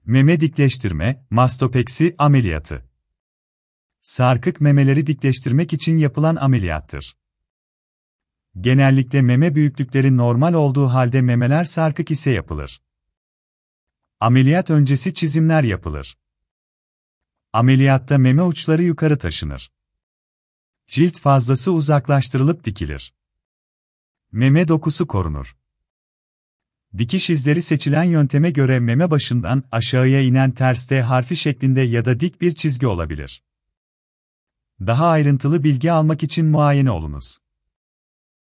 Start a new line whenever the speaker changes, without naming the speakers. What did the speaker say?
Meme dikleştirme, mastopeksi ameliyatı. Sarkık memeleri dikleştirmek için yapılan ameliyattır. Genellikle meme büyüklükleri normal olduğu halde memeler sarkık ise yapılır. Ameliyat öncesi çizimler yapılır. Ameliyatta meme uçları yukarı taşınır. Cilt fazlası uzaklaştırılıp dikilir. Meme dokusu korunur. Dikiş izleri seçilen yönteme göre meme başından aşağıya inen ters T harfi şeklinde ya da dik bir çizgi olabilir. Daha ayrıntılı bilgi almak için muayene olunuz.